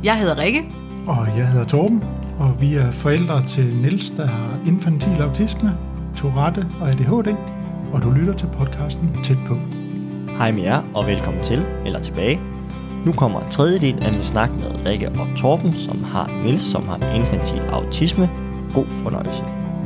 Jeg hedder Rikke. Og jeg hedder Torben, og vi er forældre til Niels, der har infantil autisme, Tourette og ADHD, og du lytter til podcasten Tæt på. Hej med jer, og velkommen til, eller tilbage. Nu kommer tredje del af min snak med Rikke og Torben, som har Niels, som har infantil autisme. God fornøjelse.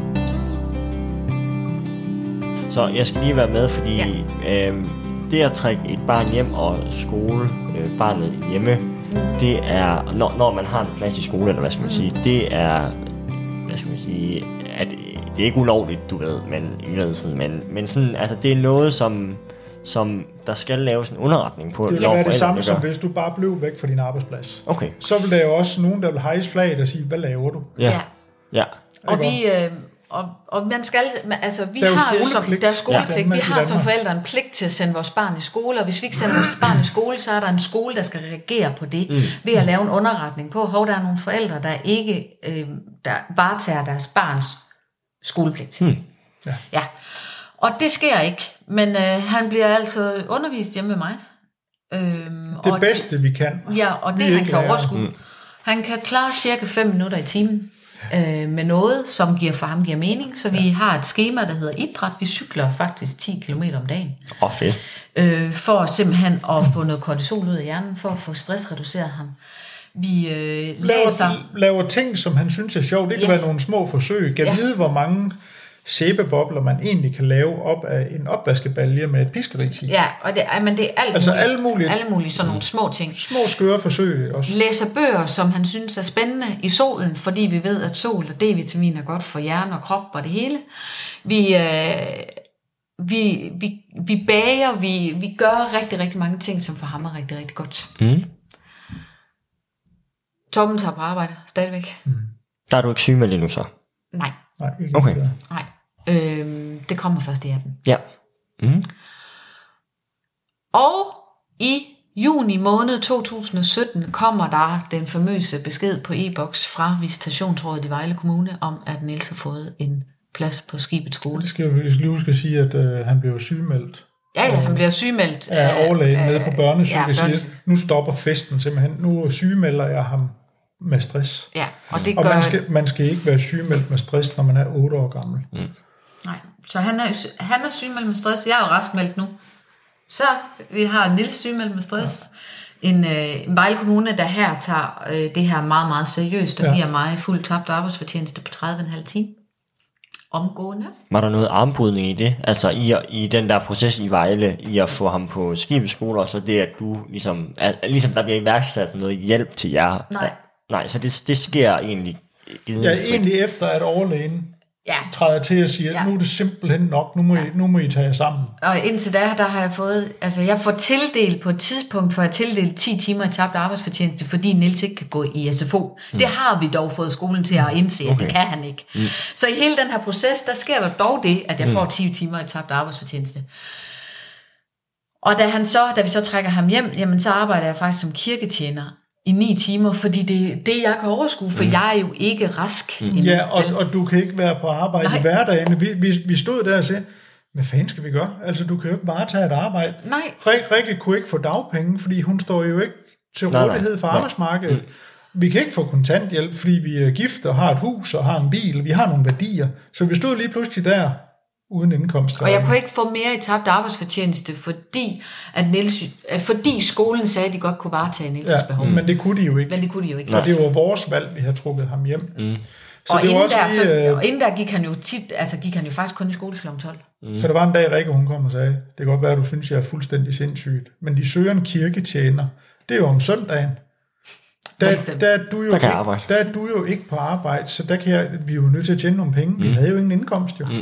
Så jeg skal lige være med, fordi det at trække et barn hjem og skole barnet hjemme, det er, når man har en plads i skole, eller hvad skal man sige, det er, hvad skal man sige, at det er ikke ulovligt, du ved, men sådan, altså det er noget, som der skal laves en underretning på. Det vil være det samme, som hvis du bare blev væk fra din arbejdsplads. Okay. Så vil der jo også nogen, der vil hejse flaget og sige, hvad laver du? Ja. Og vi... Og man skal, altså vi der har jo som der er skolepligt. Vi har som forældre en pligt til at sende vores barn i skole, og hvis vi ikke sender vores barn i skole, så er der en skole, der skal reagere på det ved at lave en underretning på, hvor der er nogle forældre, der ikke der varetager deres barns skolepligt. Ja. Og det sker ikke, men han bliver altså undervist hjemme med mig. Det bedste vi kan. Ja, og det han kan overskue. Han kan klare cirka 5 minutter i timen. Med noget, som for ham giver mening. Så vi har et skema, der hedder idræt. Vi cykler faktisk 10 km om dagen. Fedt. For simpelthen at få noget kortisol ud af hjernen, for at få stressreduceret ham. Vi laver ting, som han synes er sjovt. Det kan være nogle små forsøg. Kan vide, hvor mange sæbebobler man egentlig kan lave op af en opvaskebalje med et piskeris i. Ja, og det er alt altså muligt. Alle mulige sådan nogle små ting. Små skøre forsøg også. Læser bøger, som han synes er spændende i solen, fordi vi ved, at sol og D-vitamin er godt for hjerne og krop og det hele. Vi bager, vi gør rigtig, rigtig mange ting, som for ham er rigtig, rigtig godt. Torben tager på arbejde stadigvæk. Der er du ikke sygemeldt endnu så? Nej. Ikke okay. Nej. Det kommer først i 18. Ja. Og i juni måned 2017 kommer der den famøse besked på e-boks fra Visitationsrådet i Vejle Kommune om, at Niels har fået en plads på Skibets skole. Det skal vi lige huske at sige, at han blev sygemeldt. Ja, han bliver sygemeldt af overlægen nede på børnesyge og siger, nu stopper festen simpelthen. Nu sygemelder jeg ham med stress. Ja, og det og gør... man skal ikke være sygemeldt med stress, når man er 8 år gammel. Nej, så han er sygemeldt med stress. Jeg er jo raskmeldt nu. Så vi har Niels sygemeldt med stress. Ja. En Vejle Kommune, der her tager det her meget, meget seriøst, og giver mig fuld tabt arbejdsfortjeneste på 30,5 timer. Omgående. Var der noget armbrydning i det? Altså i den der proces i Vejle, i at få ham på Skibets skole, og så det, at du ligesom der bliver iværksat noget hjælp til jer? Nej, så det sker egentlig... egentlig efter, at overlægen træder til og siger, nu er det simpelthen nok, nu må I tage jer sammen. Og indtil der har jeg fået, altså jeg får tildelt på et tidspunkt, for at tildele 10 timer i tabt arbejdsfortjeneste, fordi Niels ikke kan gå i SFO. Det har vi dog fået skolen til at indse, at det kan han ikke. Så i hele den her proces, der sker der dog det, at jeg får 10 timer i tabt arbejdsfortjeneste. Og da vi så trækker ham hjem, jamen så arbejder jeg faktisk som kirketjener i 9 timer, fordi det jeg kan overskue, for jeg er jo ikke rask endnu. Ja, og du kan ikke være på arbejde i hverdagen. Vi stod der og sagde, hvad fanden skal vi gøre? Altså, du kan jo ikke bare tage et arbejde. Nej. Rikke kunne ikke få dagpenge, fordi hun står jo ikke til rådighed for arbejdsmarkedet. Vi kan ikke få kontanthjælp, fordi vi er gift og har et hus og har en bil, og vi har nogle værdier. Så vi stod lige pludselig der uden indkomst. Og jeg kunne ikke få mere i tabt arbejdsfortjeneste, fordi skolen sagde, at de godt kunne varetage Niels' behov. Men det kunne de jo ikke. Og det var vores valg, vi havde trukket ham hjem. Så og inden der gik han jo gik han jo faktisk kun i skole kl. 12. Så der var en dag, Rikke, hun kom og sagde, det kan godt være, at du synes, jeg er fuldstændig sindssygt, men de søger en kirketjener. Det er jo om søndagen. Der er du jo ikke på arbejde, så vi er jo nødt til at tjene nogle penge. Vi havde jo ingen indkomst, jo.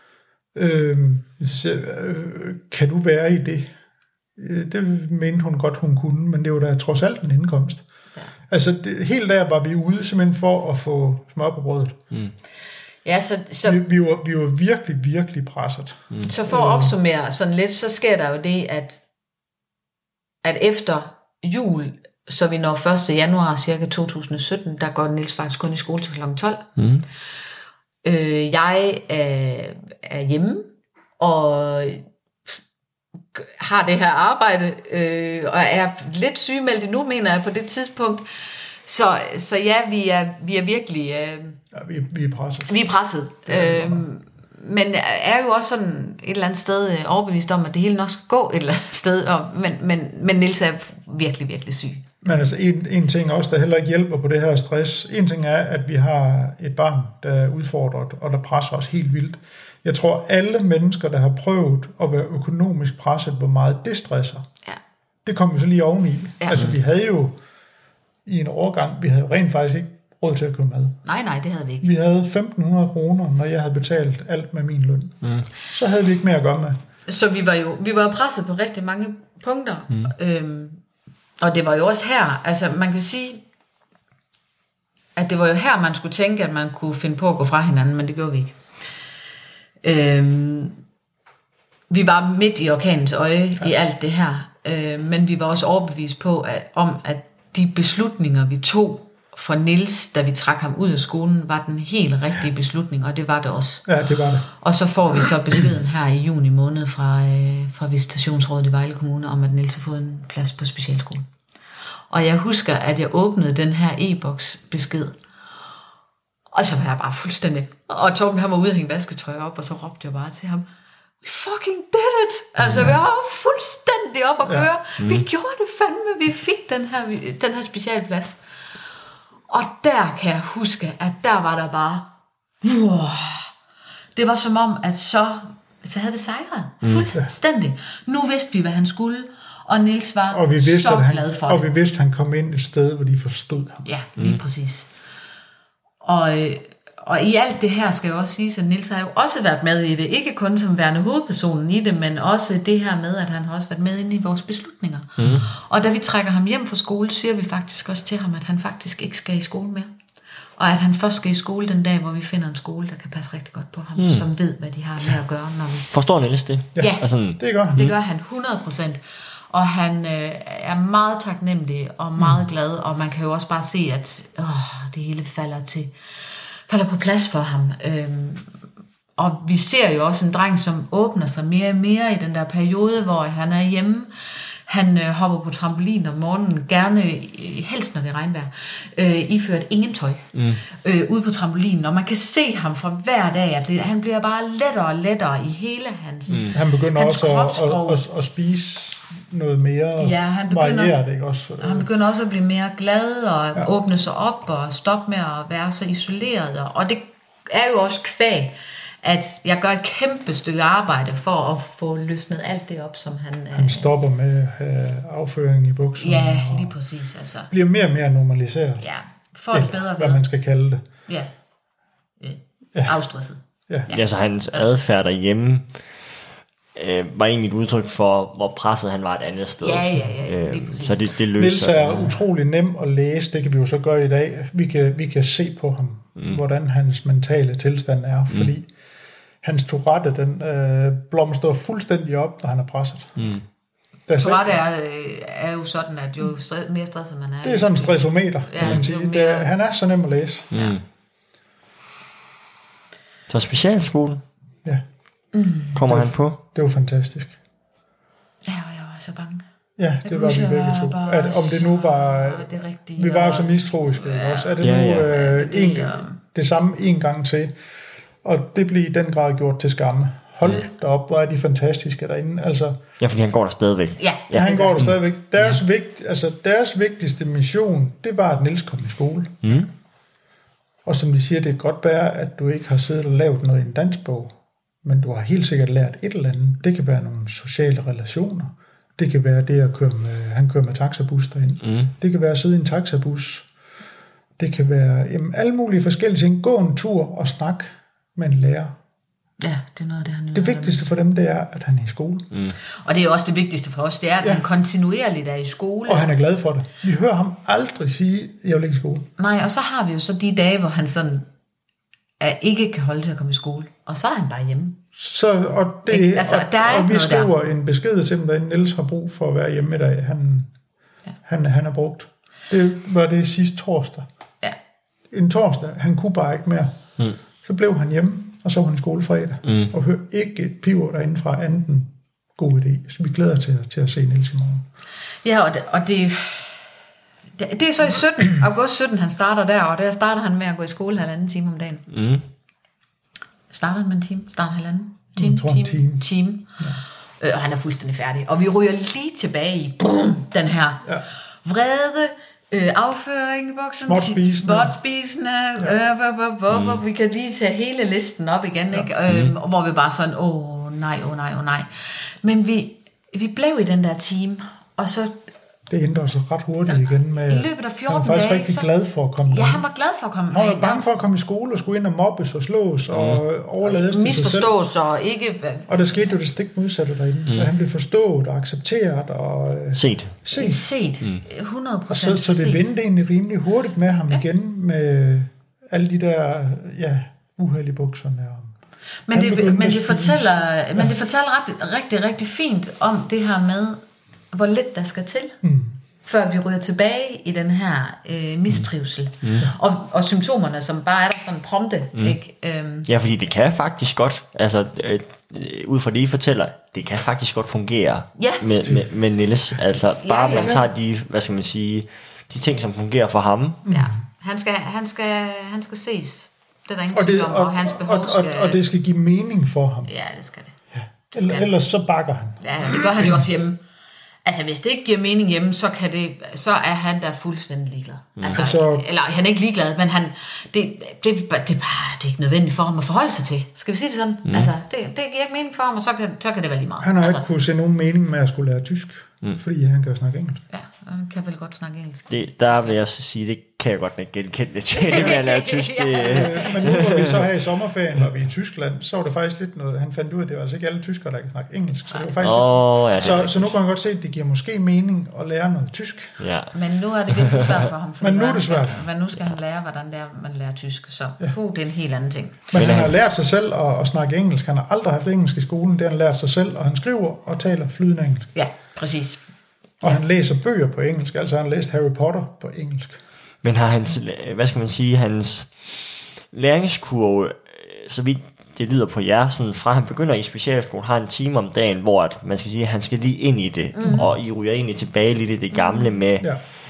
Kan du være i det? Det mente hun godt, hun kunne, men det var da trods alt en indkomst. Ja. Altså, helt der var vi ude simpelthen for at få smør på brødet. Ja, så vi var virkelig, virkelig presset. Så for at opsummere sådan lidt, så sker der jo det, at efter jul, så vi når 1. januar cirka 2017, der går Niels faktisk kun i skole til kl. 12. Jeg er hjemme og har det her arbejde, og er lidt sygemeldt nu, mener jeg på det tidspunkt. Så ja, vi er virkelig... vi er presset. Vi er presset. Men er jo også sådan et eller andet sted overbevist om, at det hele nok skal gå et eller andet sted. Men Niels er virkelig, virkelig syg. Men altså en ting også, der heller ikke hjælper på det her stress. En ting er, at vi har et barn, der er udfordret, og der presser os helt vildt. Jeg tror, alle mennesker, der har prøvet at være økonomisk presset, hvor meget det stresser. Ja. Det kom jo så lige oveni. Ja. Altså vi havde jo i en overgang, vi havde rent faktisk ikke råd til at købe mad. Nej, det havde vi ikke. Vi havde 1.500 kroner, når jeg havde betalt alt med min løn. Så havde vi ikke mere at gøre med. Så vi var presset på rigtig mange punkter. Og det var jo også her, altså man kan sige, at det var jo her, man skulle tænke, at man kunne finde på at gå fra hinanden, men det gjorde vi ikke. Vi var midt i orkanens øje i alt det her, men vi var også overbevist på, at de beslutninger, vi tog for Niels, da vi trak ham ud af skolen, var den helt rigtige beslutning, og det var det også. Ja, det var det. Og så får vi så beskeden her i juni måned fra Visitationsrådet i Vejle Kommune, om at Niels har fået en plads på specialskolen. Og jeg husker, at jeg åbnede den her e-boks besked, og så var jeg bare fuldstændig... Og Torben, han var ude og hænge vasketøj op, og så råbte jeg bare til ham, we fucking did it! Altså, vi var fuldstændig op at køre. Vi gjorde det fandme, vi fik den her specialplads. Og der kan jeg huske, at der var der bare... Det var som om, at så havde det sejret. Fuldstændig. Nu vidste vi, hvad han skulle, og Niels var så glad for det. Og vi vidste, at han kom ind et sted, hvor de forstod ham. Ja, lige præcis. Og i alt det her skal jeg også sige, at Niels har jo også været med i det. Ikke kun som værende hovedpersonen i det, men også det her med, at han har også været med inde i vores beslutninger. Og da vi trækker ham hjem fra skole, siger vi faktisk også til ham, at han faktisk ikke skal i skole mere. Og at han først skal i skole den dag, hvor vi finder en skole, der kan passe rigtig godt på ham, som ved, hvad de har med at gøre. Når vi... Forstår Niels det? Ja, altså, det gør han. Det gør han 100%. Og han er meget taknemmelig og meget glad, og man kan jo også bare se, at det hele falder på plads for ham. Og vi ser jo også en dreng, som åbner sig mere og mere i den der periode, hvor han er hjemme. Han hopper på trampolin om morgenen, gerne helst når det er regnvejr, iført ingen tøj, ude på trampolinen. Og man kan se ham fra hver dag, at han bliver bare lettere og lettere i hele hans Han begynder også at spise noget mere varieret, ikke også? Han begynder også at blive mere glad og åbne sig op og stoppe med at være så isoleret. Og det er jo også kvæg, at jeg gør et kæmpe stykke arbejde for at få løsnet alt det op, som han stopper med afføring i bukserne. Ja, lige præcis. Altså. Bliver mere og mere normaliseret. Ja, for det bedre hvad man skal kalde det. Ja. Afstresset. Ja, så hans adfærd derhjemme var egentlig et udtryk for, hvor presset han var et andet sted. Ja, så det løser. Niels er utrolig nem at læse, det kan vi jo så gøre i dag. Vi kan se på ham, hvordan hans mentale tilstand er, fordi hans Tourette, den blomster fuldstændig op, når han er presset. Tourette er jo sådan, at jo mere stresset man er. Det er sådan en stressometer, kan man sige. Han er så nem at læse. Så specialskolen? Ja. Kommer han på? Det var fantastisk. Ja, og jeg var så bange. Ja, det var vi begge to. Om det nu var... Det rigtige, vi var jo så mistroiske også. Er det nu det samme en gang til? Og det blev i den grad gjort til skamme. Hold da op, hvor er de fantastiske derinde. Altså, ja, fordi han går der stadigvæk. Ja, han går der stadigvæk. Deres vigtigste mission, det var, at Niels kom i skole. Og som de siger, det kan godt være, at du ikke har siddet og lavet noget i en dansbog, men du har helt sikkert lært et eller andet. Det kan være nogle sociale relationer. Det kan være det at han kører med taxabus derind. Det kan være at sidde i en taxabus. Det kan være alle mulige forskellige ting. Gå en tur og snak med en lærer. Ja, det er noget af det, han det vigtigste for dem, det er, at han er i skole. Og det er også det vigtigste for os, det er, at han kontinuerligt er i skole. Og han er glad for det. Vi hører ham aldrig sige, jeg vil ikke i skole. Nej, og så har vi jo så de dage, hvor han sådan ikke kan holde til at komme i skole. Og så er han bare hjemme. Og vi skriver en besked til dem, at Niels har brug for at være hjemme i dag. Han har brugt. Det var det sidste torsdag. Ja. En torsdag, han kunne bare ikke mere. Så blev han hjemme, og så var han i skole fredag. Og hørte ikke et piver derinde fra anden god idé. Så vi glæder til at se Niels i morgen. Ja, og Det er så i 17, august 17, han starter der, og der starter han med at gå i skole 1,5 time om dagen. Starter han med en time? Starter han time. Ja. Og han er fuldstændig færdig. Og vi ryger lige tilbage i den her vrede, afføring i buksen, småtspisende, vi kan lige tage hele listen op igen, ikke? Hvor vi bare sådan, nej. Men vi blev i den der time, og så... Det ændrer sig ret hurtigt igen med... I løbet af 14 dage... Han var faktisk rigtig glad for at komme. Ja, han var glad for at komme. Han var bange for at komme i skole og skulle ind og mobbes og slås og overlades til sig selv. Misforstås og ikke... Og der skete jo det stik modsatte derinde. Han blev forstået og accepteret og... Set. 100% så det vendte egentlig rimelig hurtigt med ham igen med alle de der uheld i bukserne. Men det fortæller rigtig fint om det her med, hvor lidt der skal til, før vi ryger tilbage i den her mistrivsel. Og symptomerne, som bare er der sådan prompte. Ikke? Ja, fordi det kan faktisk godt, altså ud fra det I fortæller, det kan faktisk godt fungere med Niels. Altså bare man tager de, hvad skal man sige, de ting, som fungerer for ham. Ja, han skal ses. Det er der ingen tvivl om, og hans behov skal... Og det skal give mening for ham. Ja, det skal det. Ja. Ellers så bakker han. Ja, det gør han jo også hjemme. Altså, hvis det ikke giver mening hjemme, så er han der fuldstændig ligeglad. Altså, eller han er ikke ligeglad, men det er ikke nødvendigt for ham at forholde sig til. Skal vi sige det sådan? Altså, det giver ikke mening for ham, og så kan det være lige meget. Han har ikke kunne se nogen mening med at skulle lære tysk, fordi han kan snakke engelsk. Ja, han kan vel godt snakke engelsk. Der vil jeg så sige, det kan jeg godt genkende det til, det med at lære tysk. Men nu hvor vi så her i sommerferien, og vi er i Tyskland, så var det faktisk lidt noget, han fandt ud af, det var altså ikke alle tyskere, der kan snakke engelsk. Så det var faktisk så nu kan man godt se, at det giver måske mening at lære noget tysk. Ja. Men nu er det virkelig svært for ham. Men nu er det svært. Men nu skal han lære, hvordan man lærer tysk, så det er en helt anden ting. Men han har lært sig selv at snakke engelsk. Han har aldrig haft engelsk i skolen, det har han lært sig selv, og han skriver og taler flydende engelsk. Ja, præcis. Og han læser bøger på engelsk, altså han har læst Harry Potter på engelsk. Men har hans, hvad skal man sige, hans læringskurve, så vidt det lyder på jer, sådan fra han begynder i specialskole, har en time om dagen, hvor at man skal sige, at han skal lige ind i det, og I ryger egentlig tilbage lidt i det gamle med,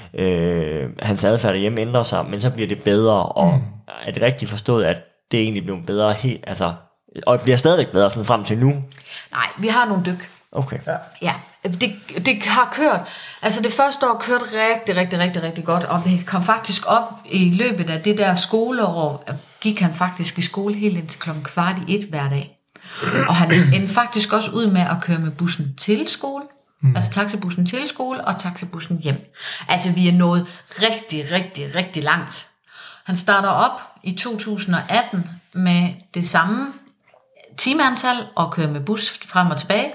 hans adfærd derhjemme ændrer sig, men så bliver det bedre, og er det rigtigt forstået, at det egentlig bliver bedre helt, altså, og det bliver stadigvæk bedre sådan frem til nu? Nej, vi har nogle dyk. Okay. Ja, det har kørt. Altså det første år kørte rigtig godt, og det kom faktisk op i løbet af det der skoleår, gik han faktisk i skole helt indtil 12:15 hver dag. Og han endte faktisk også ud med at køre med bussen til skole, altså taxibussen til skole og taxibussen hjem. Altså vi er nået rigtig langt. Han starter op i 2018 med det samme timeantal og kører med bus frem og tilbage.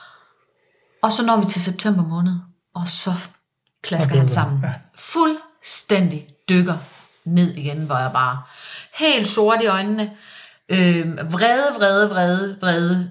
Og så når vi til september måned, og så klasker han sammen. Fuldstændig dykker ned igen, hvor jeg bare helt sort i øjnene. Vrede.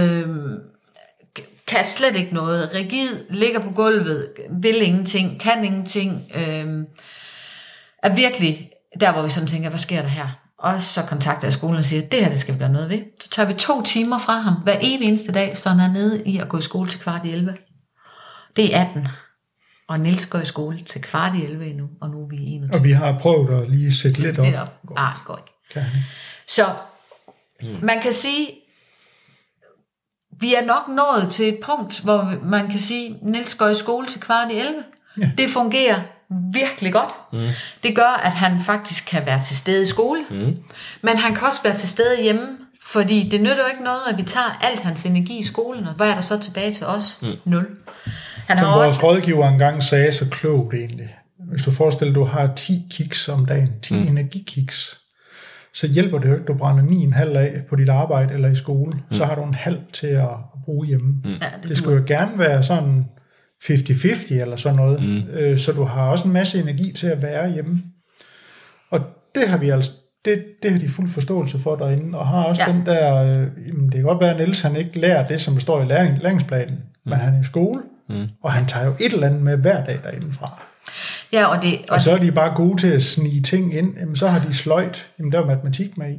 Kan slet ikke noget. Rigid, ligger på gulvet, vil ingenting, kan ingenting. Er virkelig der, hvor vi sådan tænker, hvad sker der her? Og så kontakter jeg skolen og siger, det her, det skal vi gøre noget ved. Så tager vi 2 timer fra ham hver eneste dag, så han er nede i at gå i skole til 10:15. Det er 18. Og Niels går i skole til 10:15 endnu, og nu er vi 21. Og vi har prøvet at lige sætte lidt op. Det går ikke. Så man kan sige, vi er nok nået til et punkt, hvor man kan sige, Niels går i skole til 10:15. Ja. Det fungerer virkelig godt. Det gør, at han faktisk kan være til stede i skole, men han kan også være til stede hjemme, fordi det nytter jo ikke noget, at vi tager alt hans energi i skolen, og hvad er der så tilbage til os? 0. Han som vores rådgiver engang sagde så klogt egentlig. Hvis du forestiller, at du har 10 kiks om dagen, 10 energikiks, så hjælper det jo ikke, du brænder 9,5 af på dit arbejde eller i skole, så har du en halv til at bruge hjemme. Ja, det skulle jo gerne være sådan 50-50 eller sådan noget, så du har også en masse energi til at være hjemme. Og det har vi altså, det har de fuld forståelse for derinde, og har også den der, det kan godt være, at Niels han ikke lærer det, som der står i læringsplanen, men han er i skole, og han tager jo et eller andet med hver dag derindefra. Ja, og så er de bare gode til at snige ting ind, jamen, så har de sløjt, jamen der er matematik med i.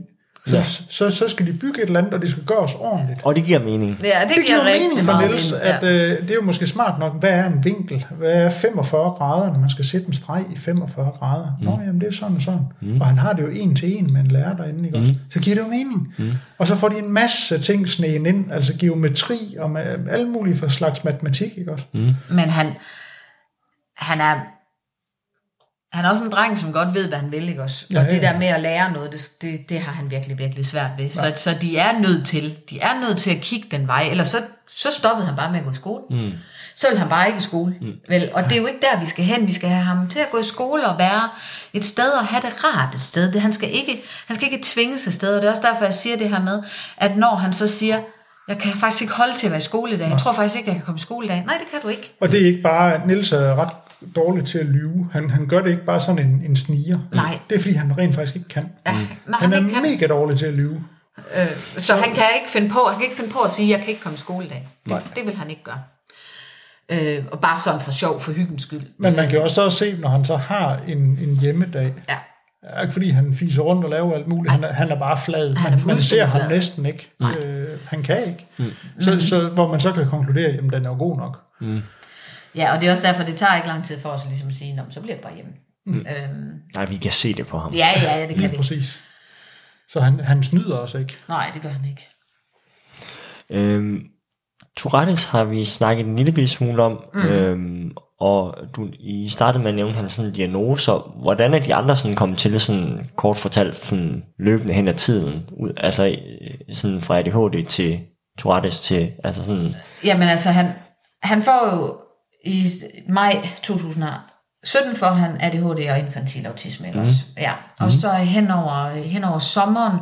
Så skal de bygge et eller andet, og det skal gøres ordentligt. Og det giver mening. Ja, det giver mening for Niels, at det er jo måske smart nok, hvad er en vinkel? Hvad er 45 grader, når man skal sætte en streg i 45 grader? Nå, jamen det er sådan og sådan. Og han har det jo 1 til 1 med en lærer derinde, ikke også? Så giver det jo mening. Og så får de en masse ting snegen ind, altså geometri og med alle mulige slags matematik, ikke også? Men han er også en dreng, som godt ved, hvad han vil, ikke også? Og det der med at lære noget, det har han virkelig, virkelig svært ved. Så de er nødt til at kigge den vej, ellers så stoppede han bare med at gå i skole. Så vil han bare ikke i skole. Vel? Og det er jo ikke der, vi skal hen. Vi skal have ham til at gå i skole og være et sted og have det rart et sted. Han skal ikke tvinges et sted, og det er også derfor, jeg siger det her med, at når han så siger, jeg kan faktisk ikke holde til at være i skole i dag. Jeg tror faktisk ikke, jeg kan komme i skole i dag. Nej, det kan du ikke. Og det er ikke bare, Niels er ret dårlig til at lyve. Han gør det ikke bare sådan en sniger. Nej. Det er fordi, han rent faktisk ikke kan. Han er mega dårlig til at lyve. Så han kan ikke finde på at sige, jeg kan ikke komme i skole i dag. Det vil han ikke gøre. Og bare sådan for sjov, for hyggens skyld. Men man kan også se, når han så har en hjemmedag. Ja. Ikke fordi han fiser rundt og laver alt muligt. Han er bare flad. Man ser ham næsten ikke. Han kan ikke. Så hvor man så kan konkludere, jamen den er jo god nok. Ja, og det er også derfor, det tager ikke lang tid for os at ligesom sige, så bliver det bare hjemme. Nej, vi kan se det på ham. Ja, det kan vi. Præcis. Så han snyder os ikke. Nej, det gør han ikke. Tourettes har vi snakket en lille smule om, og I startede med at nævne hans diagnoser. Hvordan er de andre sådan kommet til, sådan kort fortalt, sådan løbende hen ad tiden? Altså sådan fra ADHD til Tourettes til, altså sådan... Jamen altså, han får jo i maj 2017 får han ADHD og infantil autisme ellers. Ja. Og så hen over sommeren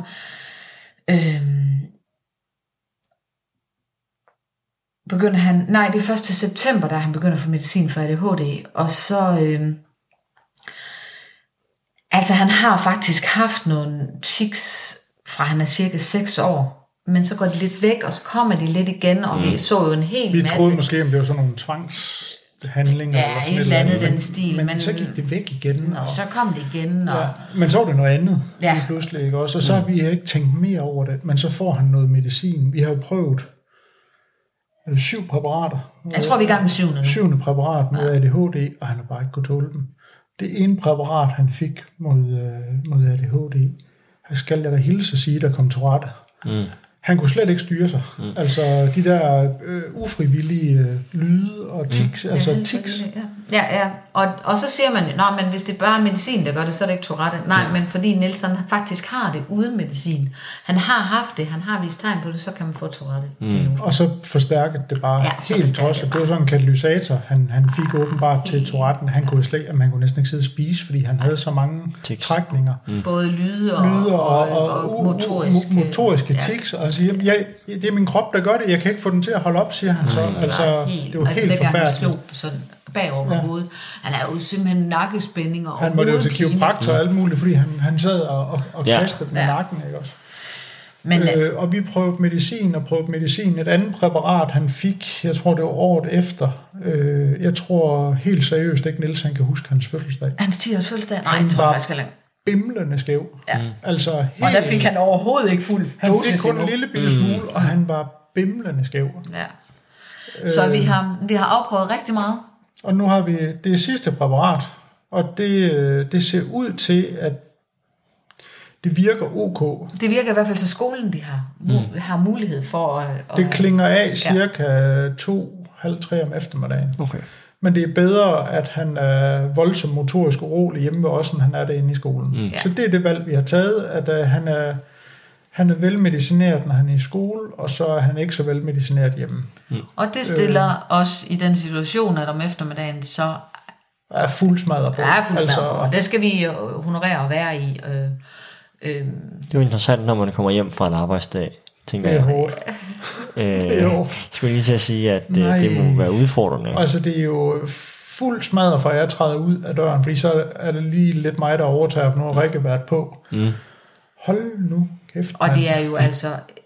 begynder han, det er først til september, da han begynder at få medicin for ADHD, og så altså han har faktisk haft nogle tics fra han er cirka 6 år, men så går de lidt væk, og så kommer de lidt igen, og vi så jo en hel masse. Vi troede måske, om det var sådan nogle tvangshandlinger. Ja, eller sådan et eller andet den stil. Men så gik det væk igen. Og så kom det igen. Og... Ja, men så var det noget andet. Ja. Pludselig, ikke også? Og så har vi ikke tænkt mere over det, men så får han noget medicin. Vi har jo prøvet 7 præparater. Jeg tror, vi er i gang med 7. 7. præparat mod ADHD, og han har bare ikke kunnet tåle dem. Det ene præparat, han fik mod ADHD, skal jeg da hilse at sige, der kom Tourette. Han kunne slet ikke styre sig. Altså de der ufrivillige lyde og tics, tics. Ja. Og så siger man, men hvis det bare er medicin, der gør det, så er det ikke Tourette. Nej, men fordi Nielsen faktisk har det uden medicin. Han har haft det, han har vist tegn på det, så kan man få Tourette. Og så forstærket det bare helt tosset. Det var sådan en katalysator, han fik åbenbart til Touretten. Han kunne næsten ikke sidde og spise, fordi han havde så mange trækninger. Både lyde og motoriske tics. Og siger, det er min krop, der gør det. Jeg kan ikke få den til at holde op, siger han så. Det var helt forfærdeligt. Han slog sådan bagover hovedet. Han er jo simpelthen nakkespændinger og han måtte jo til kiropraktor og alt muligt, fordi han sad og kastede med nakken, ikke også? Men, og vi prøvede medicin. Et andet præparat, han fik, jeg tror det var året efter. Jeg tror helt seriøst ikke, Niels han kan huske hans fødselsdag. Hans 10-års fødselsdag? Nej, jeg tror faktisk heller ikke. Bimlende skæv. Ja. Altså helt, og der fik han overhovedet ikke fuld dosis. Han fik kun en lille bitte smule, og han var bimlende skæv. Ja. Så vi har afprøvet rigtig meget. Og nu har vi det sidste præparat, og det ser ud til, at det virker ok. Det virker i hvert fald til skolen, de har mulighed for at... Det klinger af cirka 2:30 om eftermiddagen. Okay. Men det er bedre, at han er voldsomt motorisk urolig hjemme ved os, end han er det inde i skolen. Så det er det valg, vi har taget, at han er velmedicineret, når han er i skole, og så er han ikke så velmedicineret hjemme. Og det stiller os i den situation, at om eftermiddagen så... er fuldsmadret på. Og det skal vi honorere at være i. Det er jo interessant, når man kommer hjem fra en arbejdsdag, tænker jeg. Det er hårdt. Skulle lige til at sige, at det må være udfordrende. Altså det er jo fuld smadret, fra jeg træder ud af døren, fordi så er det lige lidt mig, der overtager, nu har Rikke været på. Hold nu kæft. Og det er jo altså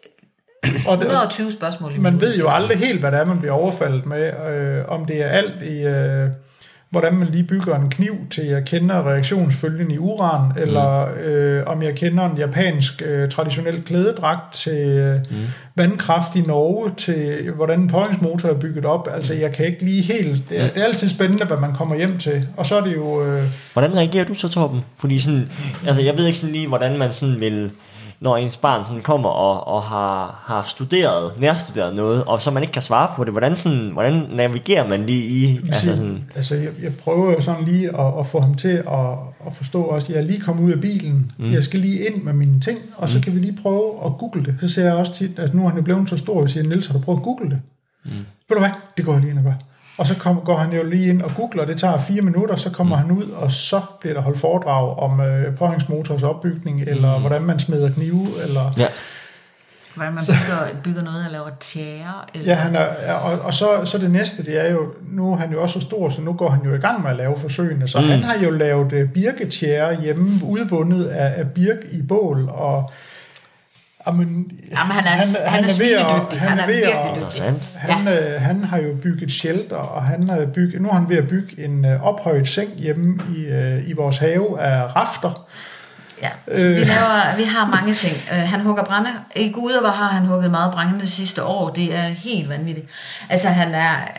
120 spørgsmål. Man ved jo aldrig helt, hvad det er, man bliver overfaldet med. Om det er alt i hvordan man lige bygger en kniv, til jeg kender reaktionsfølgen i uran, eller om jeg kender en japansk traditionel klædedragt, til vandkraft i Norge, til hvordan en påhængsmotor er bygget op. Altså, jeg kan ikke lige helt... Det er altid spændende, hvad man kommer hjem til. Og så er det jo... Hvordan reagerer du så, Torben? Fordi sådan, altså, jeg ved ikke sådan lige, hvordan man sådan vil... Når ens barn sådan kommer og har nærstuderet noget, og så man ikke kan svare på det, hvordan navigerer man lige i? Jeg prøver jo sådan lige at få ham til at forstå også, jeg er lige kommet ud af bilen, jeg skal lige ind med mine ting, og så kan vi lige prøve at google det. Så ser jeg også tit, at nu er han jo blevet så stor, jeg siger, Niels, har du prøvet at google det? Ved du hvad? Det går jeg lige ind og gør. Og så går han jo lige ind og googler, det tager 4 minutter, så kommer han ud, og så bliver der holdt foredrag om påhængsmotors opbygning, eller hvordan man smeder knive, eller... Ja. Hvordan man bygger noget og laver tjære. Eller... Ja, og så det næste, det er jo, nu er han jo også så stor, så nu går han jo i gang med at lave forsøgene, så han har jo lavet birketjære hjemme, udvundet af birk i bål, og... Jamen, han er svinedygtig. Han er virkelig dygtig. Han har jo bygget shelter, og nu er han ved at bygge en ophøjet seng hjemme i vores have af rafter. Ja, vi har mange ting. Han hugger brænde. I Gud, hvor har han hugget meget brænde det sidste år. Det er helt vanvittigt. Altså han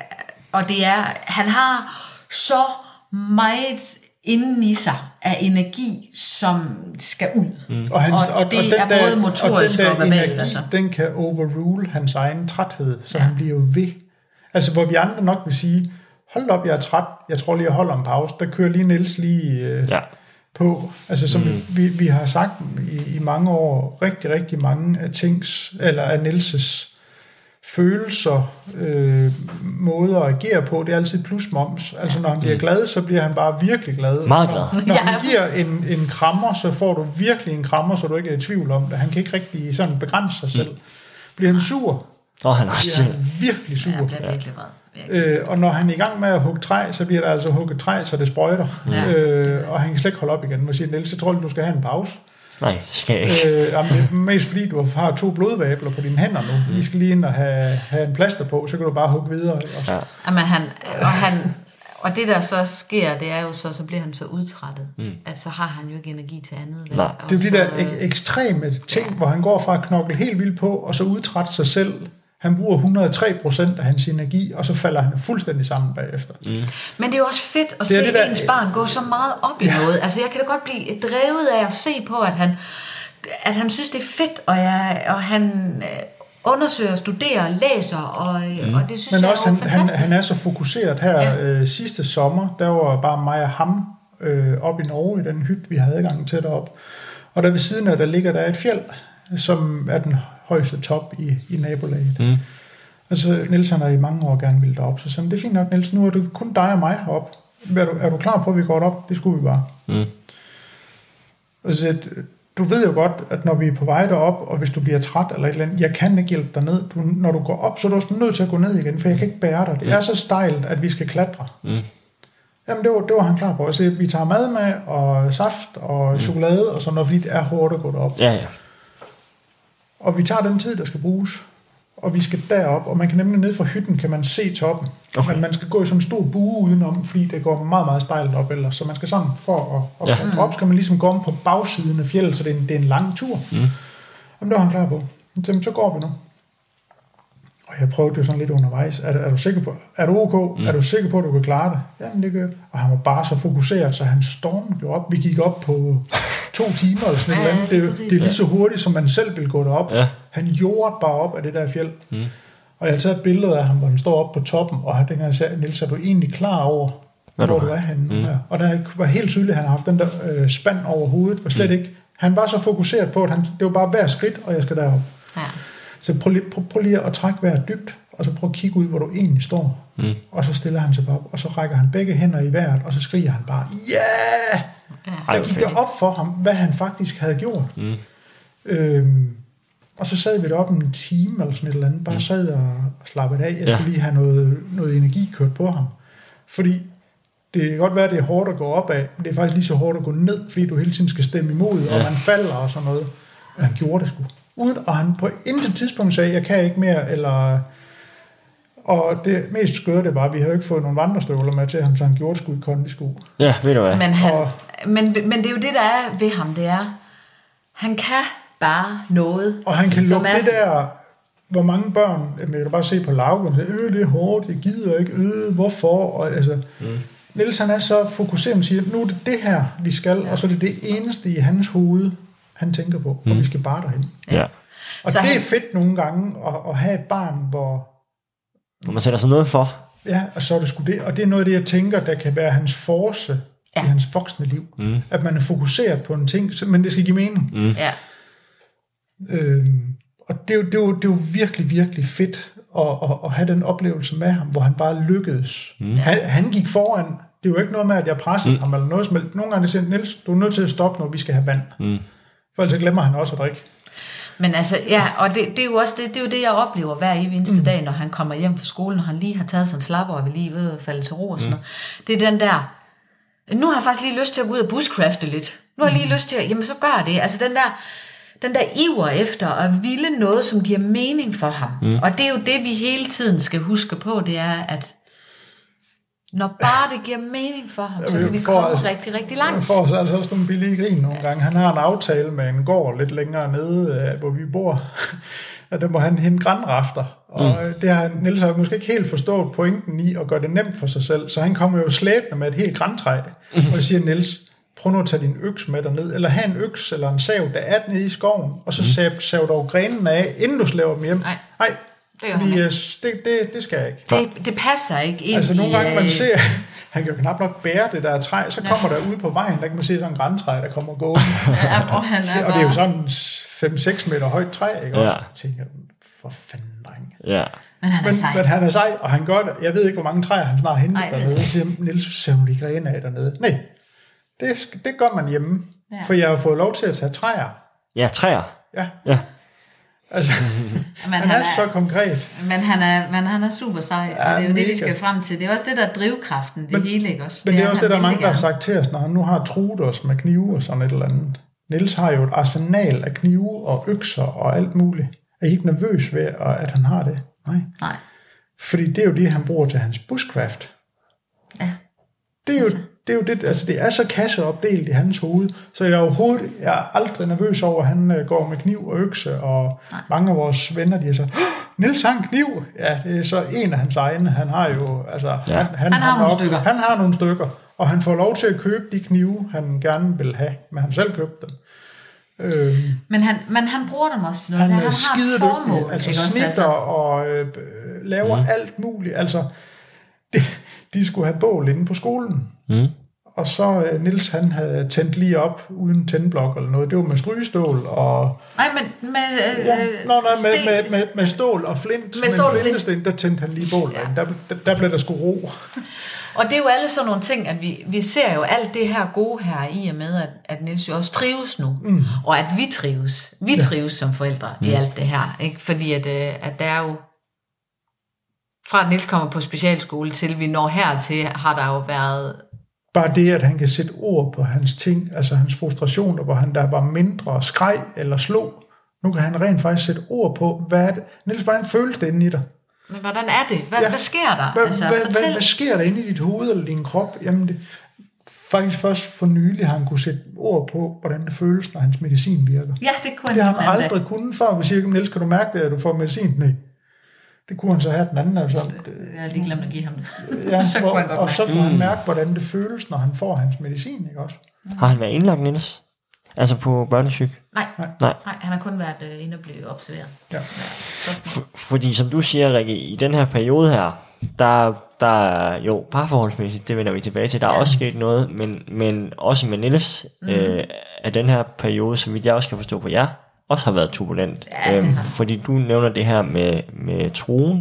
har så meget inden i sig af energi, som skal ud. Og det er både motorisk og verbalt. Altså. Den kan overrule hans egen træthed, så han bliver jo ved. Altså, hvor vi andre nok vil sige, hold op, jeg er træt, jeg tror lige, jeg holder en pause, der kører lige Niels lige på. Altså, som vi har sagt i mange år, rigtig, rigtig mange af Niels' følelser, måder at agere på, det er altid plus-moms. Altså når han bliver glad, så bliver han bare virkelig glad. Meget glad. Når han giver en krammer, så får du virkelig en krammer, så du ikke er i tvivl om det. Han kan ikke rigtig sådan begrænse sig selv. Bliver han sur, han også bliver han virkelig sur. Ja, han bliver virkelig vred. Og når han er i gang med at hugge træ, så bliver der altså hugget træ, så det sprøjter. Og han kan slet ikke holde op igen. Man siger, Niels, jeg tror, du skal have en pause. Nej, det skal jeg ikke. Mest fordi du har 2 blodvabler på dine hænder nu. Vi skal lige ind og have en plaster på, så kan du bare hugge videre. Ja. Og det der så sker, det er jo så bliver han så udtrættet, at så har han jo ikke energi til andet. Nej. Det er jo de der ekstreme ting, hvor han går fra at knokle helt vildt på, og så udtrætte sig selv. Han bruger 103% af hans energi, og så falder han fuldstændig sammen bagefter. Men det er jo også fedt at se ens barn gå så meget op i noget. Altså jeg kan da godt blive drevet af at se på, at han synes, det er fedt, og han undersøger, studerer, læser, og det synes jeg er fantastisk. Han er så fokuseret her. Sidste sommer, der var bare mig og ham op i Norge, i den hytte, vi havde adgang til derop. Og der ved siden af, der ligger der et fjeld, som er den højeste top i nabolaget. Altså Niels han har i mange år gerne ville derop, så sådan, det er fint nok, Niels, nu er det kun dig og mig herop. Er du klar på, at vi går derop? Det skulle vi bare. Altså, du ved jo godt, at når vi er på vej derop, og hvis du bliver træt eller et eller andet, jeg kan ikke hjælpe dig ned. Når du går op, så er du også nødt til at gå ned igen, for jeg kan ikke bære dig. Det er så stejlt, at vi skal klatre. Jamen, det var han klar på. Altså, vi tager mad med, og saft, og chokolade, og sådan noget, fordi det er hårdt at gå derop. Ja. Og vi tager den tid, der skal bruges, og vi skal derop, og man kan nemlig ned fra hytten, kan man se toppen. Okay. Men man skal gå i sådan en stor bue udenom, fordi det går meget, meget stejlt op ellers. Så man skal sådan, for at komme op, skal man ligesom gå om på bagsiden af fjeldet, så det er en lang tur. Jamen, det var han klar på. Så går vi nu. Og jeg prøvede det sådan lidt undervejs. Er du sikker på? Er du ok? Er du sikker på, at du kan klare det? Jamen, det gør jeg. Og han var bare så fokuseret, så han stormede jo op. Vi gik op på 2 timer eller sådan noget. Det er lige så hurtigt, som man selv ville gå derop. Ja. Han jordede bare op af det der fjeld. Og jeg har taget et billede af ham, hvor han står oppe på toppen, og dengang jeg sagde, Niels, er du egentlig klar over, hvor du er henne? Og der var helt tydeligt, at han har haft den der spand over hovedet, og slet ikke. Han var så fokuseret på, at det var bare hver skridt, og jeg skal derop. Ja. Så prøv lige at trække vejret dybt, og så prøv at kigge ud, hvor du egentlig står. Og så stiller han sig op, og så rækker han begge hænder i vejret, og så skriger han bare, yeah! Der gik det op for ham, hvad han faktisk havde gjort. Og så sad vi deroppe en time, eller sådan et eller andet, bare sad og slappede af. Jeg skulle lige have noget energi kørt på ham. Fordi det kan godt være, at det er hårdt at gå op af, men det er faktisk lige så hårdt at gå ned, fordi du hele tiden skal stemme imod, og man falder og sådan noget. Og han gjorde det sgu. Og han på intet tidspunkt sagde, jeg kan ikke mere, eller... Og det mest skøre, det var, at vi havde ikke fået nogle vandrestøvler med til ham, så han gjorde sgu i kondisko. Ja, ved du hvad. Men det er jo det, der er ved ham, det er, han kan bare noget. Og han kan lukke det der, hvor mange børn, jeg kan bare se på Lauke, og sige, det er hårdt, jeg gider ikke, hvorfor? Og, altså, Niels han er så fokuseret og siger, nu er det det her, vi skal, og så er det det eneste i hans hoved, han tænker på, og vi skal bare derhen. Ja. Og så det er fedt nogle gange at have et barn, hvor man sætter sig noget for. Ja, og så er det sgu det. Og det er noget af det, jeg tænker, der kan være hans force i hans voksne liv. At man er fokuseret på en ting, men det skal give mening. Ja. Og det er jo virkelig, virkelig fedt at have den oplevelse med ham, hvor han bare lykkedes. Han gik foran. Det er jo ikke noget med, at jeg pressede ham eller noget som helst. Nogle gange siger Niels, du er nødt til at stoppe, når vi skal have vand. For ellers glemmer han også at drikke. Men altså, ja, og det er jo også det er jo det, jeg oplever hver eneste dag, når han kommer hjem fra skolen, og han lige har taget sådan en slapper og vil lige ved at falde til ro og sådan noget. Det er den der, nu har jeg faktisk lige lyst til at gå ud og bushcrafte lidt. Nu har jeg lige lyst til at, jamen så gør det. Altså den der iver efter at ville noget, som giver mening for ham. Og det er jo det, vi hele tiden skal huske på, det er, at når bare det giver mening for ham, så kan vi komme rigtig, rigtig langt. Han får så altså også nogle billige grin nogle gange. Han har en aftale med en gård lidt længere nede, hvor vi bor, at der må han hente granrafter. Og det har Niels har måske ikke helt forstået pointen i at gøre det nemt for sig selv, så han kommer jo slæbende med et helt grantræ, og jeg siger, Niels, prøv nu at tage din øks med derned, eller have en øks eller en sav, der er nede i skoven, og så sav dog grenen af, inden du slæver dem hjem. Nej. Fordi det skal jeg ikke. Det passer ikke ind. Altså nogle gange man ser, han kan jo knap nok bære det der træ, så kommer der ude på vejen, der kan man se sådan en grantræ, der kommer gående. Og det er jo sådan 5-6 meter højt træ, ikke også? Jeg tænker, for fanden, dreng. Ja. Men han er sej, og han gør det. Jeg ved ikke, hvor mange træer han snart henter dernede. Jeg siger, Niels, ser du lige grene af dernede? Nej, det gør man hjemme. Ja. For jeg har fået lov til at tage træer. Ja, træer. Ja. Altså, han er så konkret. Men han er super sej, og det er jo det, vi skal frem til. Det er også det, der er drivkraften, det hele, ikke også? Men det er også det, der er mange, der har sagt til os, når han nu har truet os med knive og sådan et eller andet. Niels har jo et arsenal af knive og økser og alt muligt. Er I ikke nervøs ved, at han har det? Nej. Fordi det er jo det, han bruger til hans bushcraft. Ja. Det er jo det, altså det er så kasseopdelt i hans hoved, så jeg er aldrig nervøs over, at han går med kniv og økse, og mange af vores venner, de er så, Niels har en kniv. Ja, det er så en af hans egne. Han har jo, altså, han har nogle stykker, og han får lov til at købe de knive, han gerne vil have, men han selv købte dem. Men han bruger dem også til noget. Han er skidedygtig, altså snitter og laver alt muligt. Altså, de skulle have bål inde på skolen. Og så Niels, han havde tændt lige op uden tændblok eller noget. Det var med strygestål og... Nej, men med stål og flint. Med flintesten, der tændte han lige bål. Ja. Der blev der sgu ro. Og det er jo alle sådan nogle ting, at vi ser jo alt det her gode her i og med, at Niels jo også trives nu. Og at vi trives. Vi trives som forældre i alt det her. Ikke? Fordi at der er jo... Fra at Niels kommer på specialskole til vi når hertil, har der jo været... Bare det, at han kan sætte ord på hans ting, altså hans frustrationer, hvor han der var mindre skreg eller slog. Nu kan han rent faktisk sætte ord på, hvad er det? Niels, hvordan føles det inde i dig? Men hvordan er det? Hvad sker der? Hvad sker der inde i dit hoved eller din krop? Jamen, det, faktisk først for nylig har han kunne sætte ord på, hvordan det føles, når hans medicin virker. Ja, det kunne det har han aldrig kunnet før. Hvis jeg siger, Niels, kan du mærke det, at du får medicin? Nej. Det kunne han så have den anden. Altså, jeg har lige glemt at give ham det. Ja, så kunne han mærke, hvordan det føles, når han får hans medicin, ikke også? Har han været indlagt, Niels? Altså på børnesyg? Nej, han har kun været inde og blive observeret. Ja. Fordi som du siger, Rikke, i den her periode her, der jo parforholdsmæssigt, det vender vi tilbage til, der er også sket noget, men også med Niels, af den her periode, som jeg også kan forstå på jer, også har været turbulent. Fordi du nævner det her med truen,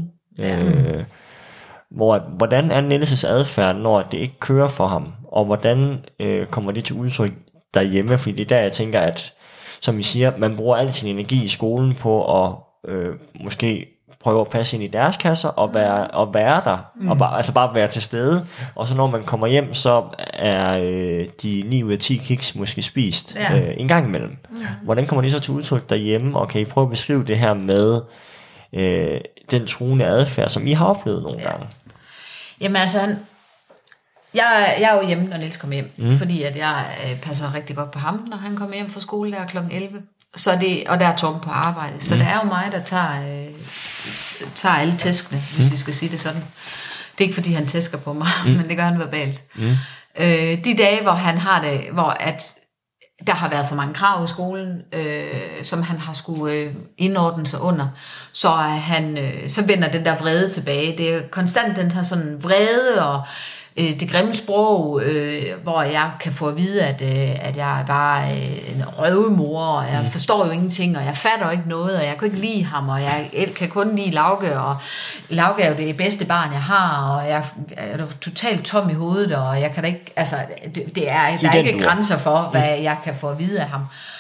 hvordan er Niels' adfærd, når det ikke kører for ham, og hvordan kommer det til udtryk derhjemme, fordi det er der, jeg tænker, at som I siger, man bruger al sin energi i skolen på at måske prøve at passe ind i deres kasser og være der, og bare være til stede, og så når man kommer hjem, så er de 9 ud af 10 kiks måske spist en gang imellem. Hvordan kommer det så til udtryk derhjemme, og kan I prøve at beskrive det her med den truende adfærd, som I har oplevet nogle gange? Jamen altså, jeg er jo hjemme, når Niels kommer hjem, fordi at jeg passer rigtig godt på ham, når han kommer hjem fra skole der kl. 11. Og der er Torben på arbejde. Så det er jo mig, der tager alle tæskene, hvis vi skal sige det sådan. Det er ikke, fordi han tæsker på mig, men det gør han verbalt. De dage, hvor han har det, hvor at der har været for mange krav i skolen, som han har skulle indordne sig under, så vender den der vrede tilbage. Det er konstant den her sådan vrede og det grimme sprog, hvor jeg kan få at vide, at jeg er bare en røvemor, og jeg forstår jo ingenting, og jeg fatter jo ikke noget, og jeg kan ikke lide ham, og jeg kan kun lide Lauke, og Lauke er jo det bedste barn, jeg har, og jeg er totalt tom i hovedet, og jeg kan da ikke, altså, der er ikke grænser for, hvad jeg kan få at vide af ham.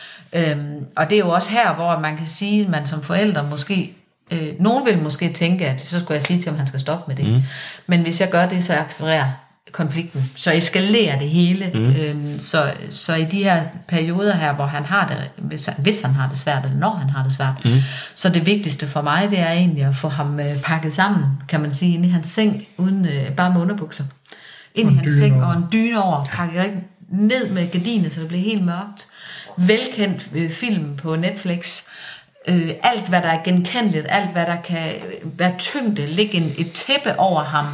Og det er jo også her, hvor man kan sige, at man som forældre måske, nogen vil måske tænke, at så skulle jeg sige til ham, at han skal stoppe med det. Men hvis jeg gør det, så accelererer konflikten, så eskalerer det hele. Så i de her perioder her, hvor han har det, hvis han har det svært, eller når han har det svært, så det vigtigste for mig, det er egentlig at få ham pakket sammen, kan man sige, inde i hans seng, uden bare med underbukser. Ind i hans seng, og en dyne over, pakket ned med gardinet, så det bliver helt mørkt. Velkendt film på Netflix. Alt, hvad der er genkendeligt, alt, hvad der kan være tyngde, ligge et tæppe over ham.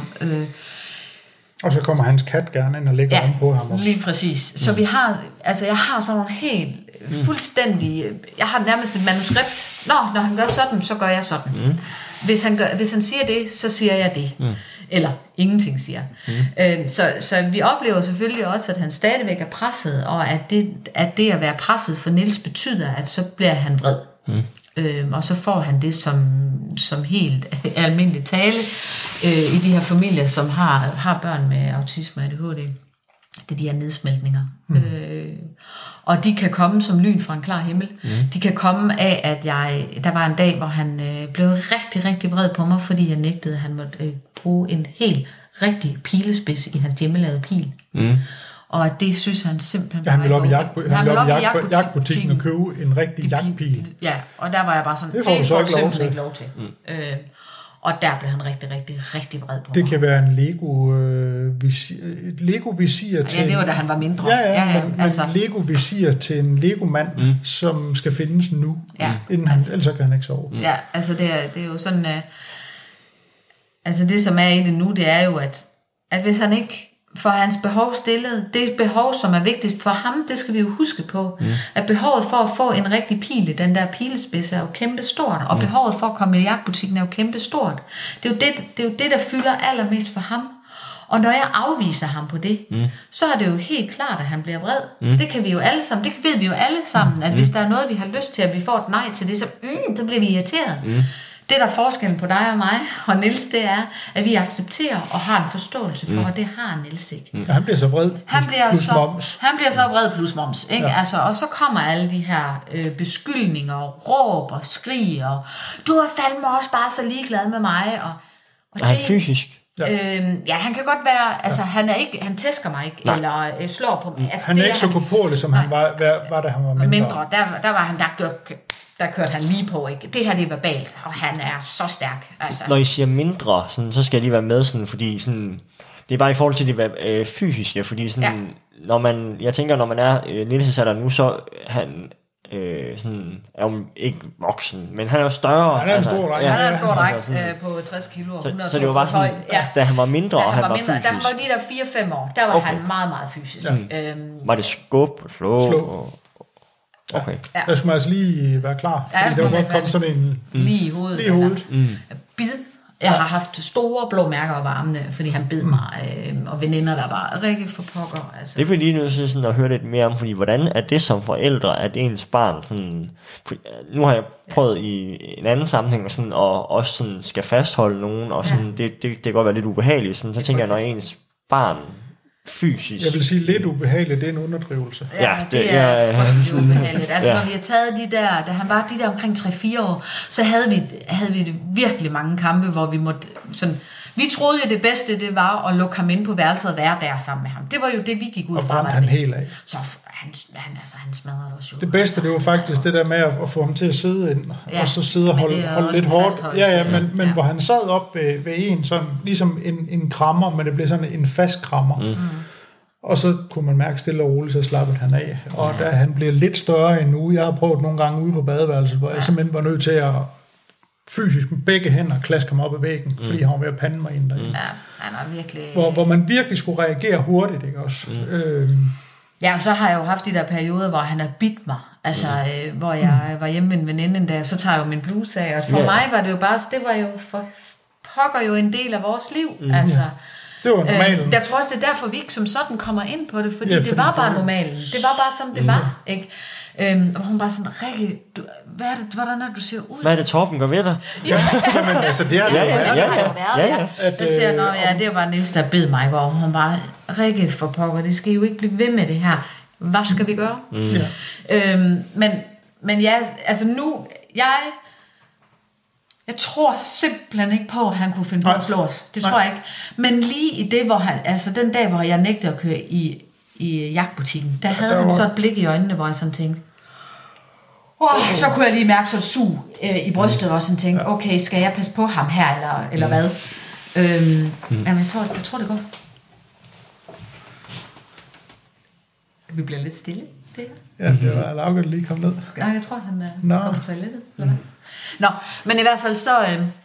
Og så kommer hans kat gerne ind og ligger om på ham også. Lige præcis. Så vi har, altså jeg har sådan nogle helt fuldstændig, jeg har nærmest et manuskript. Når han gør sådan, så gør jeg sådan. Hvis han siger det, så siger jeg det. Eller ingenting siger. Så vi oplever selvfølgelig også, at han stadigvæk er presset, og at det at være presset for Niels betyder, at så bliver han vred. Og så får han det som helt almindelig tale i de her familier, som har børn med autisme og ADHD. Det er de her nedsmeltninger. Og de kan komme som lyn fra en klar himmel. De kan komme af, at der var en dag, hvor han blev rigtig, rigtig vred på mig, fordi jeg nægtede, at han måtte bruge en helt rigtig pilespids i hans hjemmelavede pil. Og det synes han simpelthen... Han ville op i jagtbutikken og købe en rigtig jagtpil. Ja, og der var jeg bare sådan, det får du simpelthen ikke lov til. Og der blev han rigtig, rigtig, rigtig vred på mig. Det kan være en Lego-visir til... Ja, det var da han var mindre. Men Lego-visir til en Lego-mand, som skal findes nu, inden ellers kan han ikke sove. Ja, altså det er jo sådan... altså det, som er i det nu, det er jo, at hvis han ikke får hans behov stillet, det behov, som er vigtigst for ham, det skal vi jo huske på, at behovet for at få en rigtig pile, den der pilespids er jo kæmpe stort, og behovet for at komme i jagtbutikken er jo kæmpe stort. Det er jo det, der fylder allermest for ham. Og når jeg afviser ham på det, så er det jo helt klart, at han bliver vred. Det kan vi jo alle sammen, det ved vi jo alle sammen, at hvis der er noget, vi har lyst til, at vi får et nej til det, så bliver vi irriteret. Det, der er forskellen på dig og mig og Niels, det er, at vi accepterer og har en forståelse for, at det har Niels ikke. Ja, han bliver så vred plus moms. Han bliver så vred plus moms. Ikke? Ja. Altså, og så kommer alle de her beskyldninger, råb og skrig, og du er fandme også bare så ligeglad med mig. Og er han fysisk? Ja, han kan godt være, altså han tæsker mig ikke, eller slår på mig. Altså, han er ikke så godpålig, som han var, da han var mindre. Der var han, der kørte han lige på, ikke? Det her, det er verbalt, og han er så stærk. Altså. Når I siger mindre, sådan, så skal jeg lige være med, sådan, fordi sådan, det er bare i forhold til det fysiske, fordi sådan, når man er Niels er der nu, så han sådan, er jo ikke voksen, men han er jo større. Han er en stor dreng. Han er en stor dreng på 60 kilo og 100 så det var bare sådan, da han var mindre, og han var fysisk. Da han var lige der 4-5 år, der var han meget, meget fysisk. Var det skub og slå? Okay. Der skulle man altså lige være klar, fordi der var godt komme sådan en... Lige i hovedet. Bid. Jeg har haft store blå mærker over armene, fordi han bed mig, og veninder, der bare Rikke for pokker. Altså. Det vil lige nu sådan at høre lidt mere om, fordi hvordan er det som forældre, at ens barn sådan... Nu har jeg prøvet i en anden sammenhæng, sådan, og også sådan skal fastholde nogen, og sådan, det kan godt være lidt ubehageligt. Sådan, så tænker jeg, når ens barn fysisk... Jeg vil sige lidt ubehageligt, det er en underdrivelse. Ja, det er frygtelig ubehageligt. Altså når vi har taget de der, da han var de der omkring 3-4 år, så havde vi virkelig mange kampe, hvor vi måtte sådan Vi troede jo, det bedste, det var at lukke ham ind på værelset og være der sammen med ham. Det var jo det, vi gik ud fra. Og brændte han helt af. Så han smadrede os jo. Det bedste, det var faktisk det der med at få ham til at sidde ind, og så sidde og holde lidt hårdt. Men hvor han sad op ved en, sådan, ligesom en krammer, men det blev sådan en fast krammer. Og så kunne man mærke stille og roligt, så slappede han af. Og da han blev lidt større end nu, jeg har prøvet nogle gange ude på badeværelset, hvor jeg simpelthen var nødt til at fysisk med begge hænder klaske ham op ad væggen, fordi han var ved at pande mig ind derinde. Ja, han er virkelig... Hvor man virkelig skulle reagere hurtigt, ikke også? Ja, og så har jeg jo haft de der perioder, hvor han har bidt mig. Altså, hvor jeg var hjemme med en veninde en dag, så tager jeg jo min bluse af. Og for mig var det jo bare, det var jo for pokker jo en del af vores liv. Altså, det var normalt. Jeg tror også, det er derfor, vi ikke som sådan kommer ind på det, fordi det var bare normalen. Det var bare sådan, det var, ikke? Og hun bare sådan, Rikke, hvordan er det, du ser ud? Hvad er det, Torben gør ved dig? Jamen, altså, det er det. Det ser det er jo bare Niels, der bed mig, og hun bare, Rikke for pokker, det skal jo ikke blive ved med det her. Hvad skal vi gøre? Men ja, altså nu, jeg tror simpelthen ikke på, at han kunne finde på at slå os. Det tror jeg ikke. Men lige i det, hvor han, altså den dag, hvor jeg nægtede at køre i jagtbutikken, der havde han så et blik i øjnene, hvor jeg sådan tænkte, så kunne jeg lige mærke så et sug i brystet, og sådan tænkte, okay, skal jeg passe på ham her, eller hvad? Jamen, jeg tror, det går. Vi bliver lidt stille, det her. Ja, det var Lauke, der lige kom ned. Ja, jeg tror, han er på toilettet. Nå, men i hvert fald så...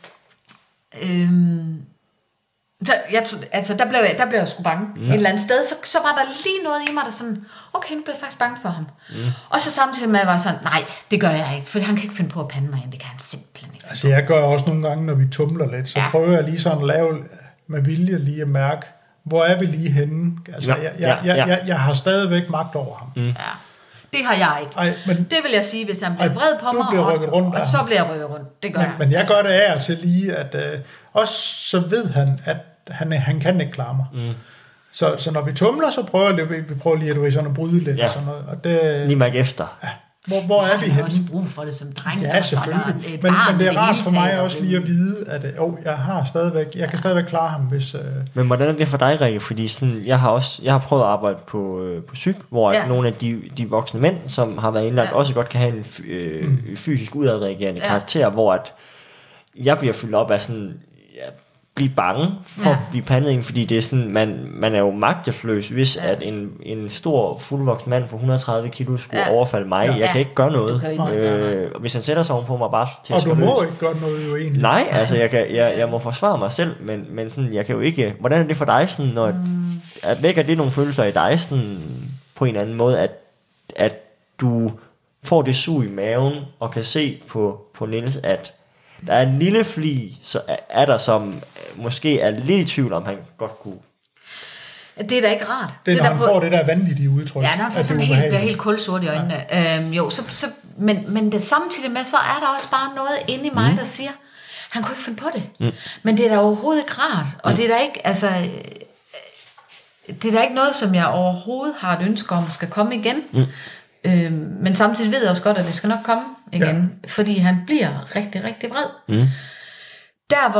der blev jeg sgu bange. Et eller andet sted, så var der lige noget i mig, der sådan, okay, nu blev jeg faktisk bange for ham. Og så samtidig med, at jeg var sådan, nej, det gør jeg ikke, for han kan ikke finde på at pande mig ind, det kan han simpelthen ikke. Altså jeg gør også nogle gange, når vi tumler lidt, så prøver jeg lige sådan at lave med vilje lige at mærke, hvor er vi lige henne? Altså jeg har stadigvæk magt over ham. Ja. Det har jeg ikke. Ej, men, det vil jeg sige, hvis han bliver vred på mig, og så bliver jeg rykket rundt. Det gør jeg. Men jeg gør det af til lige, at også så ved han, at han kan ikke klare mig. Så når vi tumler, så prøver vi lige at bryde lidt og sådan noget. Og det, lige mærke efter. Ja. Hvor er vi henne? Jeg har også brug for det som dreng. Ja, selvfølgelig. Men det er rart for mig også lige at vide, at jeg kan stadigvæk klare ham, hvis... Men hvordan er det for dig, Rikke? Fordi sådan, jeg har prøvet at arbejde på psyk, hvor nogle af de voksne mænd, som har været indlagt, også godt kan have en fysisk udadreagerende karakter, hvor at jeg bliver fyldt op af sådan... blive bange for at blive pandet ind, fordi det er sådan, man er jo magtesløs, hvis at en stor fuldvoksen mand på 130 kilo skulle overfalde mig. Jeg kan ikke gøre noget. Hvis han sætter sig oven på mig bare til at og du må ikke gøre noget jo egentlig. Nej, altså jeg må forsvare mig selv, men sådan, jeg kan jo ikke... Hvordan er det for dig, sådan, når at vækker det nogle følelser i dig, sådan, på en anden måde, at du får det sug i maven, og kan se på Niels, at der er en lille fli, så er der, som måske er lidt i tvivl, om han godt kunne. Det er da ikke rart. Det er, når han får det der vanvittige udtryk. Ja, når han får sådan bliver helt kulsort i øjnene. Men det, samtidig med, så er der også bare noget inde i mig, der siger, han kunne ikke finde på det. Men det er da overhovedet ikke rart. Og det er da ikke, altså... Det er da ikke noget, som jeg overhovedet har et ønske om, skal komme igen. Men samtidig ved jeg også godt, at det skal nok komme igen, fordi han bliver rigtig, rigtig vred. Der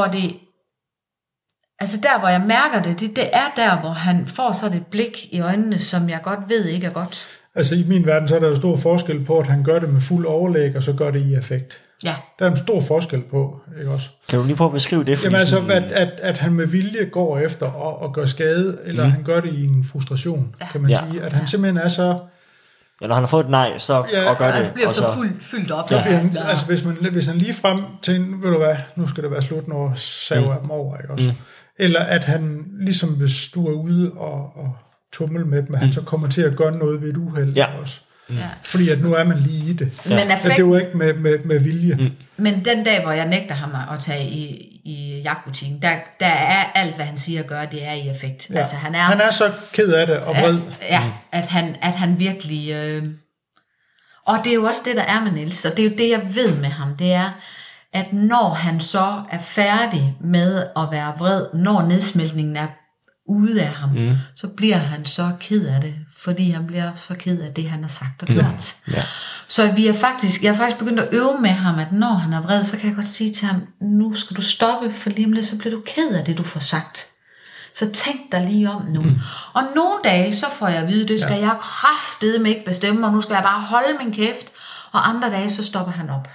hvor jeg mærker det er der, hvor han får så et blik i øjnene, som jeg godt ved ikke er godt. Altså i min verden, så er der jo stor forskel på, at han gør det med fuld overlæg, og så gør det i affekt. Ja. Der er en stor forskel på, ikke også? Kan du lige prøve at beskrive det? Jamen altså, at han med vilje går efter og gør skade, eller han gør det i en frustration, kan man sige. At han simpelthen er så... Ja, når han har fået et nej, så og gør det. Han bliver så fyldt op. Altså, hvis han lige frem til, ved du hvad, nu skal det være slut, når saver dem over, ikke også? Eller at han, ligesom hvis du er ude og tummel med dem, at han så kommer til at gøre noget ved et uheld også. Fordi at nu er man lige i det. Men det er jo ikke med vilje. Men den dag, hvor jeg nægter ham at tage i jagtbutikken, der er alt, hvad han siger og gør, det er i affekt. Ja. Altså, han er så ked af det og vred. Ja, at han virkelig... Og det er jo også det, der er med Niels, og det er jo det, jeg ved med ham, det er, at når han så er færdig med at være vred, når nedsmeltningen er ude af ham, så bliver han så ked af det, fordi han bliver så ked af det, han har sagt og gjort. Ja. Så jeg er faktisk begyndt at øve med ham, at når han er vred, så kan jeg godt sige til ham, nu skal du stoppe, for lige om lidt, så bliver du ked af det, du får sagt. Så tænk dig lige om nu. Og nogle dage, så får jeg at vide, det skal jeg kraftedeme ikke bestemme, og nu skal jeg bare holde min kæft. Og andre dage, så stopper han op.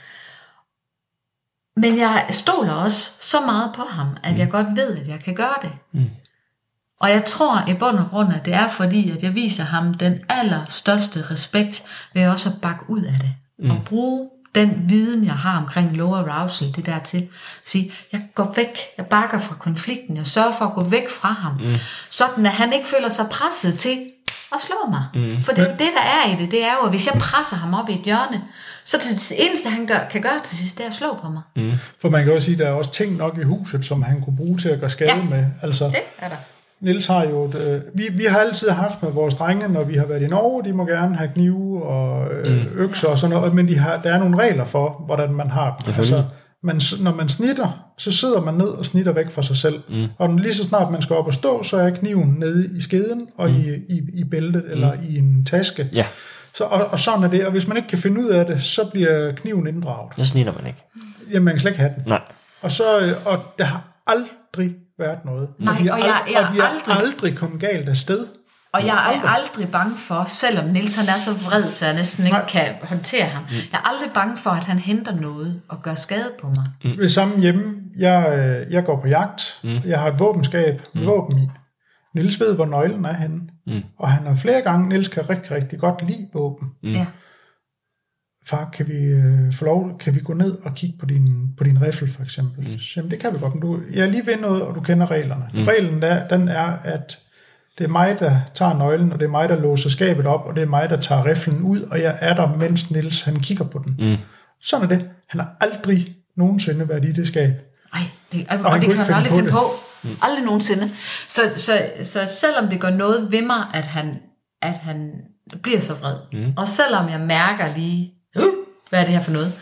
Men jeg stoler også så meget på ham, at jeg godt ved, at jeg kan gøre det. Og jeg tror i bund og grund, at det er fordi, at jeg viser ham den allerstørste respekt, ved også at bakke ud af det. Og bruge den viden, jeg har omkring low arousal, det der til. Sige, jeg går væk, jeg bakker fra konflikten, jeg sørger for at gå væk fra ham. Sådan at han ikke føler sig presset til at slå mig. For det er jo det, der er i det. Det er jo, at hvis jeg presser ham op i et hjørne, så det eneste, han kan gøre til sidst, det er at slå på mig. For man kan også sige, at der er også ting nok i huset, som han kunne bruge til at gøre skade med. Altså, det er der. Niels har jo vi har altid haft med vores drenge, når vi har været i Norge, de må gerne have knive og økser og sådan noget, men der er nogle regler for, hvordan man har dem. Altså, når man snitter, så sidder man ned og snitter væk fra sig selv. Og lige så snart man skal op og stå, så er kniven nede i skeden og i bæltet eller i en taske. Ja. Og sådan er det, og hvis man ikke kan finde ud af det, så bliver kniven inddraget. Så snitter man ikke. Jamen, man kan slet ikke have den. Nej. Og der har aldrig været noget. Nej, og jeg er aldrig kommet galt af sted. Og jeg er aldrig bange for, selvom Niels han er så vred, så jeg næsten ikke kan håndtere ham. Jeg er aldrig bange for, at han henter noget og gør skade på mig. Ved samme hjemme, jeg går på jagt. Jeg har et våbenskab med våben i. Niels ved, hvor nøglen er henne. Og han har flere gange, Niels kan rigtig, rigtig godt lide våben. Ja. Far, kan vi gå ned og kigge på din riffel, for eksempel? Jamen, det kan vi godt, men jeg er lige ved noget, og du kender reglerne. Reglen den er, at det er mig, der tager nøglen, og det er mig, der låser skabet op, og det er mig, der tager riffelen ud, og jeg er der, mens Niels han kigger på den. Sådan er det. Han har aldrig nogensinde været i det skab. Nej, det kan han aldrig finde på. Aldrig nogensinde. Så selvom det gør noget ved mig, at han bliver så vred, og selvom jeg mærker lige, hvad er det her for noget,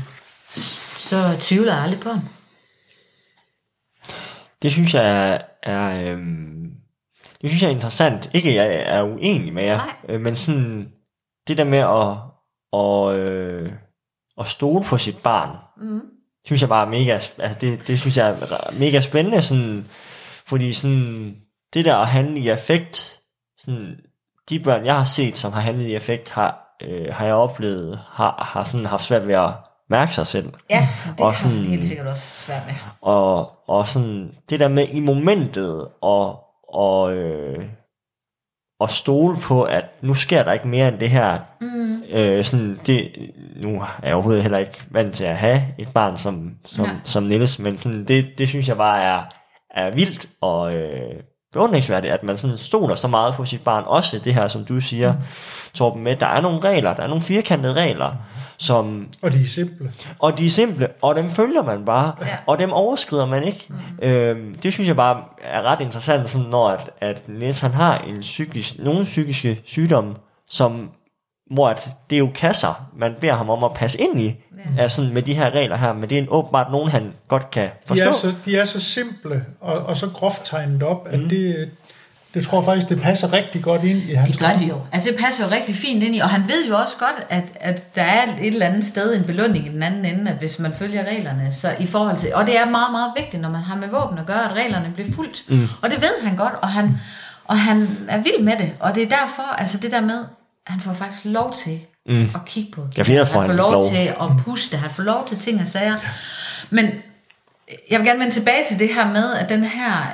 så tvivler jeg aldrig på ham. Det synes jeg er interessant. Ikke jeg er uenig med jer, men sådan det der med at stole på sit barn, synes jeg bare er mega, altså det synes jeg er mega spændende, sådan, fordi sådan det der at handle i affekt, sådan de børn jeg har set, som har handlet i affekt, har jeg oplevet, har sådan haft svært ved at mærke sig selv. Ja, det og sådan, har helt sikkert også svært med. Og sådan det der med i momentet og stole på, at nu sker der ikke mere end det her. Sådan det, nu er jeg overhovedet heller ikke vant til at have et barn som Niels, men sådan, det synes jeg bare er vildt og beundringsværdigt, at man sådan stoler så meget på sit barn. Også det her, som du siger, Torben, med, der er nogle regler, der er nogle firkantede regler, og de er simple. Og dem følger man bare, og dem overskrider man ikke. Det synes jeg bare er ret interessant, sådan når at Niels han har nogle psykiske sygdomme, hvor det er jo kasser, man beder ham om at passe ind i, sådan med de her regler her, men det er åbenbart nogen, han godt kan forstå. De er så simple, og så groft tegnet op, at det tror jeg faktisk, det passer rigtig godt ind i hans. Det gør det jo. Altså det passer jo rigtig fint ind i, og han ved jo også godt, at der er et eller andet sted en belønning i den anden ende, at hvis man følger reglerne, så i forhold til, og det er meget, meget vigtigt, når man har med våben at gøre, at reglerne bliver fulgt. Og det ved han godt, og han er vild med det, og det er derfor, altså det der med, han får faktisk lov til at kigge på det. Han får lov til at puste, han får lov til ting og sager. Men jeg vil gerne vende tilbage til det her med, at den her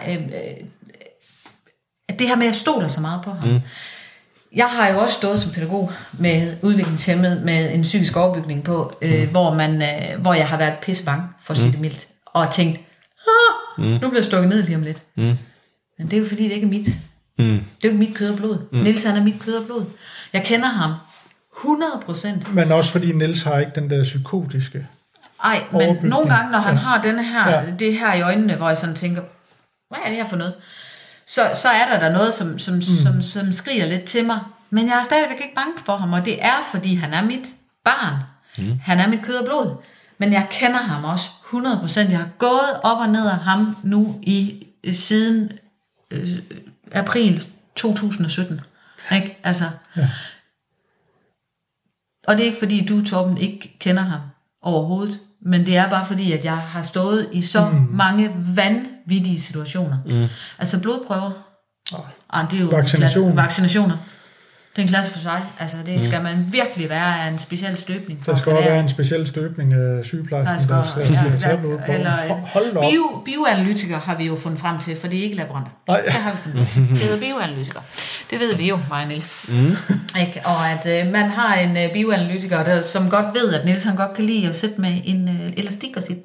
at det her med, at jeg stoler så meget på ham. Jeg har jo også stået som pædagog med udviklingshæmmet med en psykisk overbygning på, hvor jeg har været pissebange, for at sige det mildt, og tænkt, nu bliver jeg stukket ned lige om lidt. Men det er jo fordi, det ikke er mit. Det er jo ikke mit kød og blod. Niels han er mit kød og blod. Jeg kender ham 100%. Men også fordi Niels har ikke den der psykotiske. Nej, men nogle gange, når han har det her i øjnene, hvor jeg sådan tænker, hvad er det her for noget? Så er der noget, som skriger lidt til mig. Men jeg er stadigvæk ikke bange for ham, og det er, fordi han er mit barn. Han er mit kød og blod. Men jeg kender ham også 100%. Jeg har gået op og ned af ham nu siden april 2017. Ikke? Altså. Ja. Og det er ikke fordi du, Torben, ikke kender ham overhovedet, men det er bare fordi, at jeg har stået i så mange vanvittige situationer. Altså blodprøver. Det er jo vaccinationer. Det er en klasse for sig. Altså, det skal man virkelig være af en speciel støbning for. Der skal også være en speciel støbning af sygeplejersken, der skal tage blod på. Eller bioanalytiker har vi jo fundet frem til, for det er ikke laboranter. Nej. Det har vi fundet. Det hedder bioanalytiker. Det ved vi jo, mig og Niels. Ikke? Og at man har en bioanalytiker, der, som godt ved, at Niels han godt kan lide at sætte med en elastik og sige...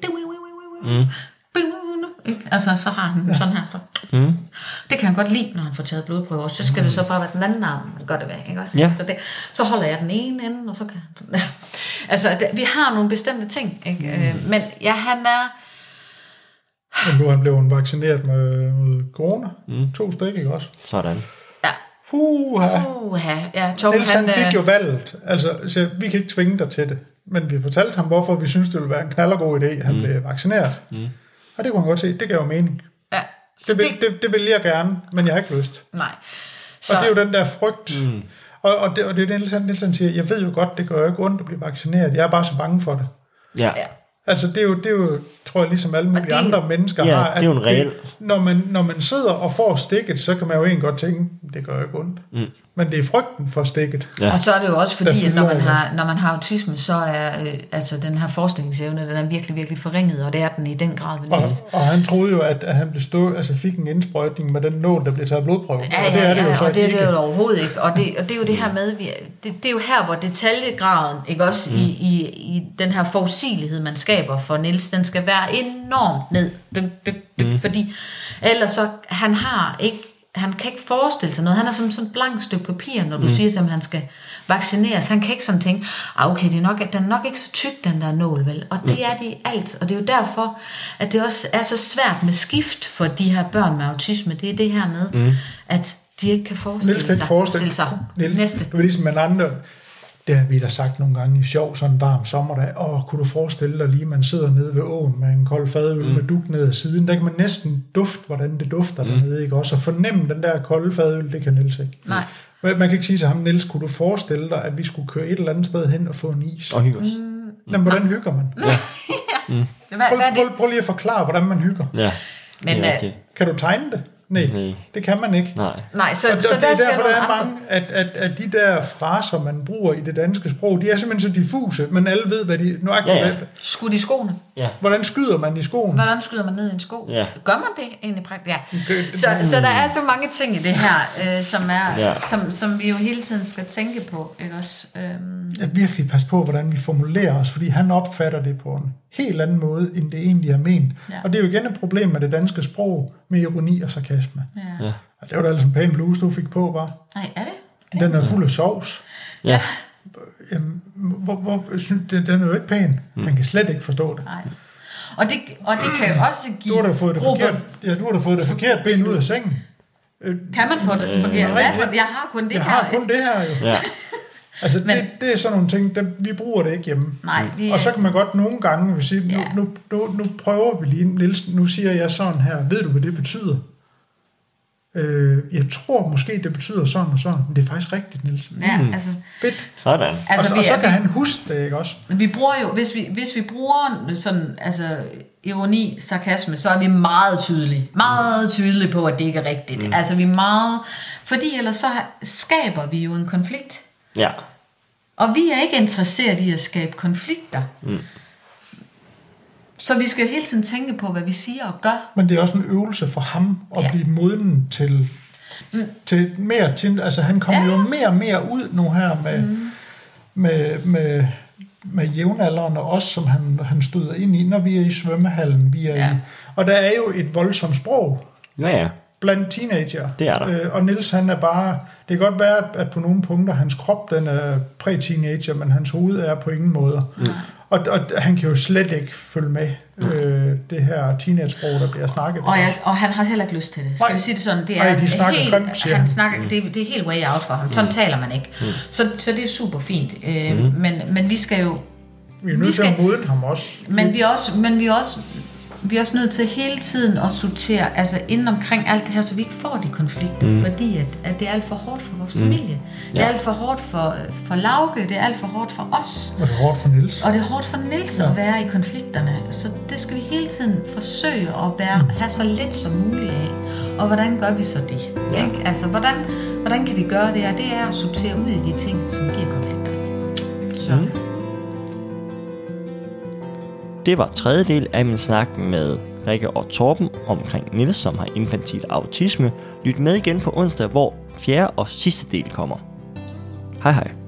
Altså, så har han sådan her. Så. Det kan han godt lide, når han får taget blodprøver. Så skal det så bare være den anden arm, man gør det ved. Ikke også? Ja. Så holder jeg den ene ende, og så kan han... Ja. Altså, vi har nogle bestemte ting. Ikke? Men ja, han er... Og nu er han blevet vaccineret mod corona. 2 stik, ikke også? Sådan. Ja. Ja, Torben, Niels han fik jo valget. Altså, så vi kan ikke tvinge dig til det. Men vi fortalte ham, hvorfor vi synes, det ville være en knallergod idé, at han blev vaccineret. Og det kunne han godt se, det gav jo mening. Ja, det vil jeg gerne, men jeg har ikke lyst. Nej. Så. Og det er jo den der frygt. Og det er det, Nielsen siger, jeg ved jo godt, det gør jo ikke ondt at blive vaccineret. Jeg er bare så bange for det. Ja. Altså det er jo tror jeg, ligesom alle mulige andre mennesker har. Ja, det er jo en regel. Når man sidder og får stikket, så kan man jo egentlig godt tænke, det gør jo ikke ondt. Men det er frygten for stikket. Ja. Og så er det jo også fordi, at når man har autisme, så er altså den her forestillingsevne, den er virkelig, virkelig forringet, og det er den i den grad. Og han troede jo, at han blev fik en indsprøjtning med den nål, der blev taget blodprøve. Ja, og det er det jo så og det er det jo overhovedet ikke. Og det er jo det her med, det er jo her, hvor detaljegraden, ikke også i den her forudsigelighed, man skaber for Niels, den skal være enormt ned. Fordi ellers så, han kan ikke forestille sig noget. Han er som sådan et blankt stykke papir, når du siger, at han skal vaccineres. Han kan ikke sådan tænke, okay, den er nok ikke så tyk, den der nål, vel? Og det er det i alt. Og det er jo derfor, at det også er så svært med skift for de her børn med autisme. Det er det her med, at de ikke kan forestille sig. Næste. Du er ligesom en anden. Det har vi da sagt nogle gange i sjov, sådan en varm sommerdag. Kunne du forestille dig lige, man sidder nede ved åen med en kold fadøl med dug ned ad siden. Der kan man næsten dufte, hvordan det dufter dernede, ikke også? Og fornemme den der kolde fadøl, det kan Niels ikke. Nej. Man kan ikke sige til ham, Niels, kunne du forestille dig, at vi skulle køre et eller andet sted hen og få en is? Og hygge os. Jamen, hvordan hygger man? Prøv lige at forklare, hvordan man hygger. Ja. Men, kan du tegne det? Nej, det kan man ikke. Nej, så det er derfor, der er mange at de der fraser, man bruger i det danske sprog, de er simpelthen så diffuse, men alle ved, hvad de nøjagtigt er. Skud i skoene. Ja. Hvordan skyder man i skoen? Hvordan skyder man ned i en sko? Ja. Gør man det egentlig praktisk? Ja. Så der er så mange ting i det her, som vi jo hele tiden skal tænke på. Ikke også? Jeg virkelig passe på, hvordan vi formulerer os, fordi han opfatter det på en helt anden måde, end det egentlig er ment. Ja. Og det er jo igen et problem med det danske sprog, med ironi og sarkasme. Ja. Og det var da altså en pæn bluse, du fik på, var? Nej, er det? Den er fuld af sovs. Ja. Jamen, den er jo ikke pæn. Man kan slet ikke forstå det. Nej. Og det kan jo også give... Du har da fået det forkert ben ud af sengen. Kan man få det forkert? Jeg har kun det her. Jeg har kun det her, jo. Ja. Altså, det er sådan nogle ting, vi bruger det ikke hjemme. Nej, og så kan man godt nogle gange sige, nu prøver vi lige, Niels, nu siger jeg sådan her, ved du, hvad det betyder? Jeg tror måske, det betyder sådan og sådan, men det er faktisk rigtigt, Niels. Ja, altså... Fedt. Sådan. Altså, og så kan han huske det, ikke også? Vi bruger jo, hvis vi bruger sådan, altså ironi, sarkasme, så er vi meget tydelige på, at det ikke er rigtigt. Altså vi er meget... Fordi ellers så skaber vi jo en konflikt. Ja. Og vi er ikke interesseret i at skabe konflikter. Så vi skal hele tiden tænke på, hvad vi siger og gør. Men det er også en øvelse for ham at blive moden til mere til. Altså han kommer jo mere og mere ud nu her med jævnaldrende også, som han støder ind i, når vi er i svømmehallen. Og der er jo et voldsomt sprog. Ja. Blandt teenager. Det er der. Og Niels, han er bare... Det kan godt være, at på nogle punkter, hans krop, den er præ-teenager, men hans hoved er på ingen måder. Og han kan jo slet ikke følge med det her teenage-sprog, der bliver snakket. Og han har heller ikke lyst til det. Skal vi sige det sådan? Det er de snakker helt, grimt, siger han snakker, det er helt way out for ham. Sådan taler man ikke. Så det er super fint. Men vi skal jo... Vi er nødt til at modne ham også. Men vi er også vi er også nødt til hele tiden at sortere inden omkring alt det her, så vi ikke får de konflikter, fordi at det er alt for hårdt for vores familie. Det er alt for hårdt for Lauke, det er alt for hårdt for os. Og det er hårdt for Niels. Og det er hårdt for Niels at være i konflikterne. Så det skal vi hele tiden forsøge at have så lidt som muligt af. Og hvordan gør vi så det? Ja. Ikke? Altså, hvordan kan vi gøre det? Og det er at sortere ud i de ting, som giver konflikter. Så. Det var tredje del af min snak med Rikke og Torben omkring Niels, som har infantil autisme. Lyt med igen på onsdag, hvor fjerde og sidste del kommer. Hej hej.